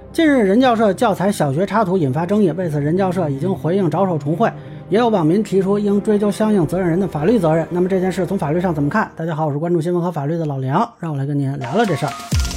近日人教社教材小学插图引发争议，为此人教社已经回应着手重绘，也有网民提出应追究相应责任人的法律责任。那么这件事从法律上怎么看？大家好，我是关注新闻和法律的老梁，让我来跟您聊聊这事儿。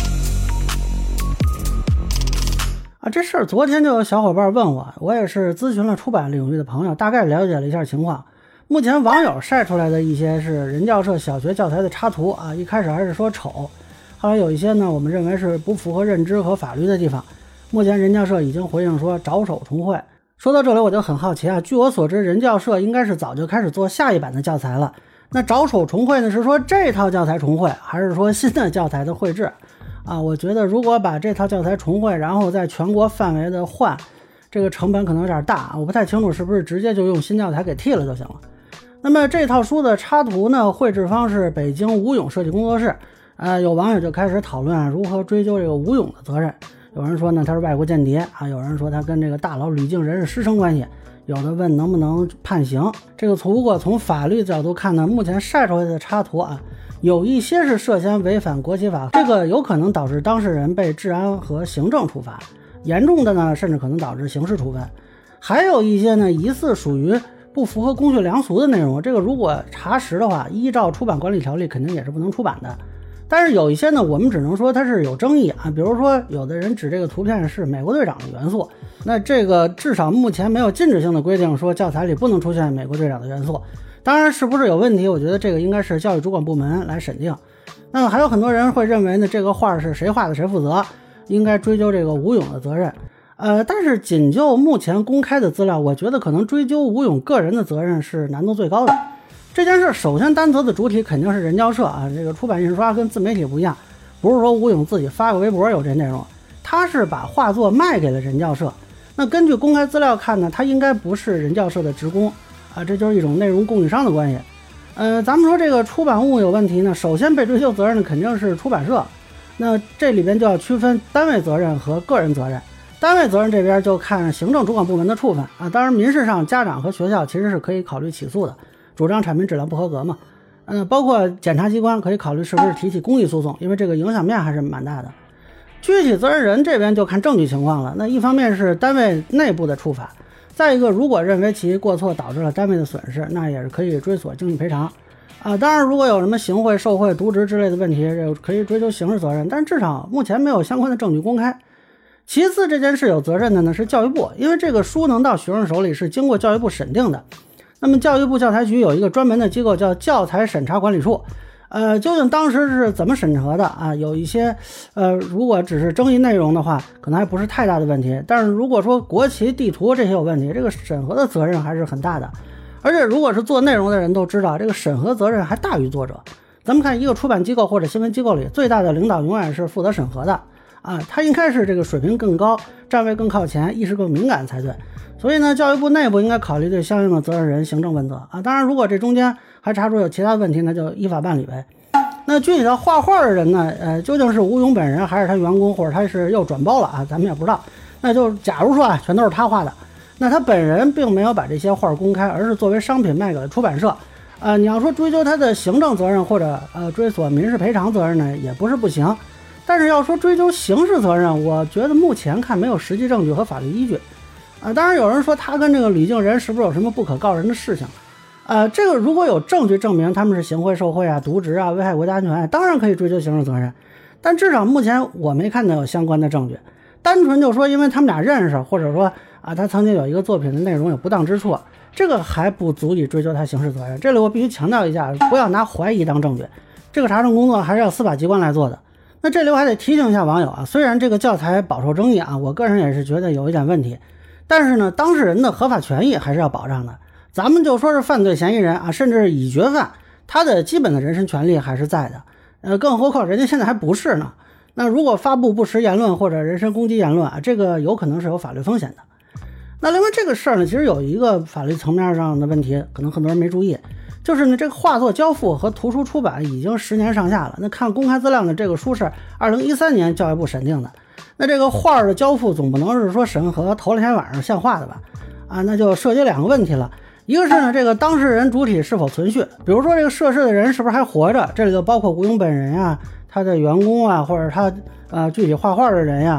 这事儿昨天就有小伙伴问我也是咨询了出版领域的朋友，大概了解了一下情况。目前网友晒出来的一些是人教社小学教材的插图一开始还是说丑，后来有一些呢我们认为是不符合认知和法律的地方。目前人教社已经回应说着手重绘。说到这里我就很好奇据我所知人教社应该是早就开始做下一版的教材了，那着手重绘呢是说这套教材重绘还是说新的教材的绘制我觉得如果把这套教材重绘然后在全国范围的换，这个成本可能有点大我不太清楚是不是直接就用新教材给替了就行了。那么这套书的插图呢，绘制方是北京吴勇设计工作室有网友就开始讨论如何追究这个吴勇的责任。有人说呢他是外国间谍有人说他跟这个大佬吕敬仁是师生关系，有的问能不能判刑。这个如果从法律角度看呢，目前晒出来的插图有一些是涉嫌违反国旗法，这个有可能导致当事人被治安和行政处罚，严重的呢甚至可能导致刑事处分。还有一些呢疑似属于不符合公序良俗的内容，这个如果查实的话，依照出版管理条例肯定也是不能出版的。但是有一些呢我们只能说它是有争议比如说有的人指这个图片是美国队长的元素，那这个至少目前没有禁止性的规定说教材里不能出现美国队长的元素。当然是不是有问题，我觉得这个应该是教育主管部门来审定。那么还有很多人会认为呢这个画是谁画的谁负责，应该追究这个吴勇的责任。但是仅就目前公开的资料，我觉得可能追究吴勇个人的责任是难度最高的。这件事首先担责的主体肯定是人教社这个出版印刷跟自媒体不一样，不是说吴勇自己发个微博有这内容，他是把画作卖给了人教社。那根据公开资料看呢，他应该不是人教社的职工这就是一种内容供应商的关系。咱们说这个出版物有问题呢，首先被追究责任的肯定是出版社，那这里边就要区分单位责任和个人责任。单位责任这边就看行政主管部门的处分当然民事上家长和学校其实是可以考虑起诉的，主张产品质量不合格嘛。包括检察机关可以考虑是不是提起公益诉讼，因为这个影响面还是蛮大的。具体责任人这边就看证据情况了，那一方面是单位内部的处罚，再一个如果认为其过错导致了单位的损失，那也是可以追索经济赔偿当然如果有什么行贿受贿渎职之类的问题，可以追究刑事责任，但至少目前没有相关的证据公开。其次这件事有责任的呢是教育部，因为这个书能到学生手里是经过教育部审定的。那么教育部教材局有一个专门的机构叫教材审查管理处究竟当时是怎么审核的有一些如果只是争议内容的话可能还不是太大的问题，但是如果说国旗地图这些有问题，这个审核的责任还是很大的。而且如果是做内容的人都知道，这个审核责任还大于作者。咱们看一个出版机构或者新闻机构里，最大的领导永远是负责审核的他应该是这个水平更高，站位更靠前，意识更敏感才对。所以呢教育部内部应该考虑对相应的责任人行政问责当然如果这中间还查出有其他问题，那就依法办理呗。那具体到画画的人呢究竟是吴勇本人还是他员工，或者他是又转包了咱们也不知道。那就假如说全都是他画的，那他本人并没有把这些画公开，而是作为商品卖给了出版社你要说追究他的行政责任或者追索民事赔偿责任呢也不是不行。但是要说追究刑事责任，我觉得目前看没有实际证据和法律依据当然有人说他跟这个吕敬仁是不是有什么不可告人的事情这个如果有证据证明他们是行贿受贿渎职危害国家安全，当然可以追究刑事责任。但至少目前我没看到有相关的证据，单纯就说因为他们俩认识，或者说他曾经有一个作品的内容有不当之处，这个还不足以追究他刑事责任。这里我必须强调一下，不要拿怀疑当证据，这个查证工作还是要司法机关来做的。那这里我还得提醒一下网友虽然这个教材饱受争议我个人也是觉得有一点问题，但是呢当事人的合法权益还是要保障的。咱们就说是犯罪嫌疑人甚至已决犯，他的基本的人身权利还是在的更何况人家现在还不是呢。那如果发布不实言论或者人身攻击言论这个有可能是有法律风险的。那另外这个事儿呢其实有一个法律层面上的问题，可能很多人没注意，就是呢这个画作交付和图书出版已经10年上下了。那看公开资料呢，这个书是2013年教育部审定的，那这个画的交付总不能是说审核头2天晚上像画的吧那就涉及2个问题了。一个是呢这个当事人主体是否存续，比如说这个涉事的人是不是还活着，这里就包括吴勇本人他的员工或者他具体画画的人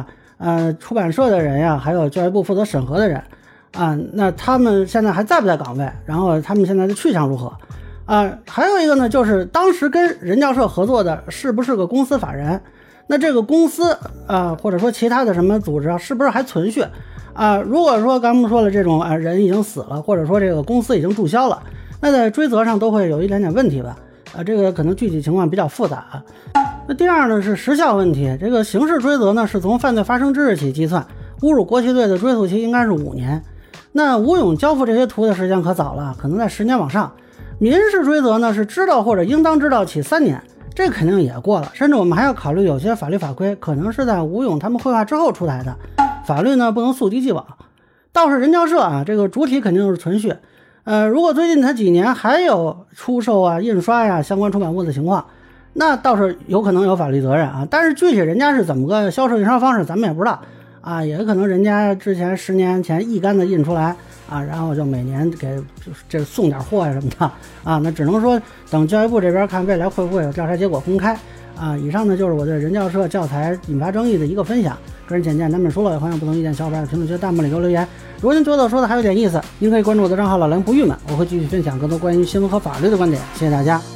出版社的人呀，还有教育部负责审核的人啊，那他们现在还在不在岗位？然后他们现在的去向如何？还有一个呢，就是当时跟人教社合作的是不是个公司法人？那这个公司或者说其他的什么组织啊，是不是还存续？如果说刚才说了这种人已经死了，或者说这个公司已经注销了，那在追责上都会有一点点问题吧？这个可能具体情况比较复杂。那第二呢是时效问题，这个刑事追责呢是从犯罪发生之日起计算，侮辱国旗罪的追诉期应该是5年。那吴勇交付这些图的时间可早了，可能在10年往上。民事追责呢是知道或者应当知道起3年，这肯定也过了。甚至我们还要考虑有些法律法规可能是在吴勇他们绘画之后出台的，法律呢不能溯及既往。倒是人教社这个主体肯定是存续。如果最近他几年还有出售印刷呀相关出版物的情况，那倒是有可能有法律责任但是具体人家是怎么个销售印刷方式咱们也不知道也可能人家之前10年前一竿子印出来然后就每年给这送点货什么的那只能说等教育部这边看未来会不会有调查结果公开以上呢就是我对人教社教材引发争议的一个分享，个人浅见难免说了，也欢迎不同意见小伙伴评论区弹幕里给我留言。如果您觉得我说的还有点意思，您可以关注我的账号老梁不郁闷，我会继续分享更多关于新闻和法律的观点。谢谢大家。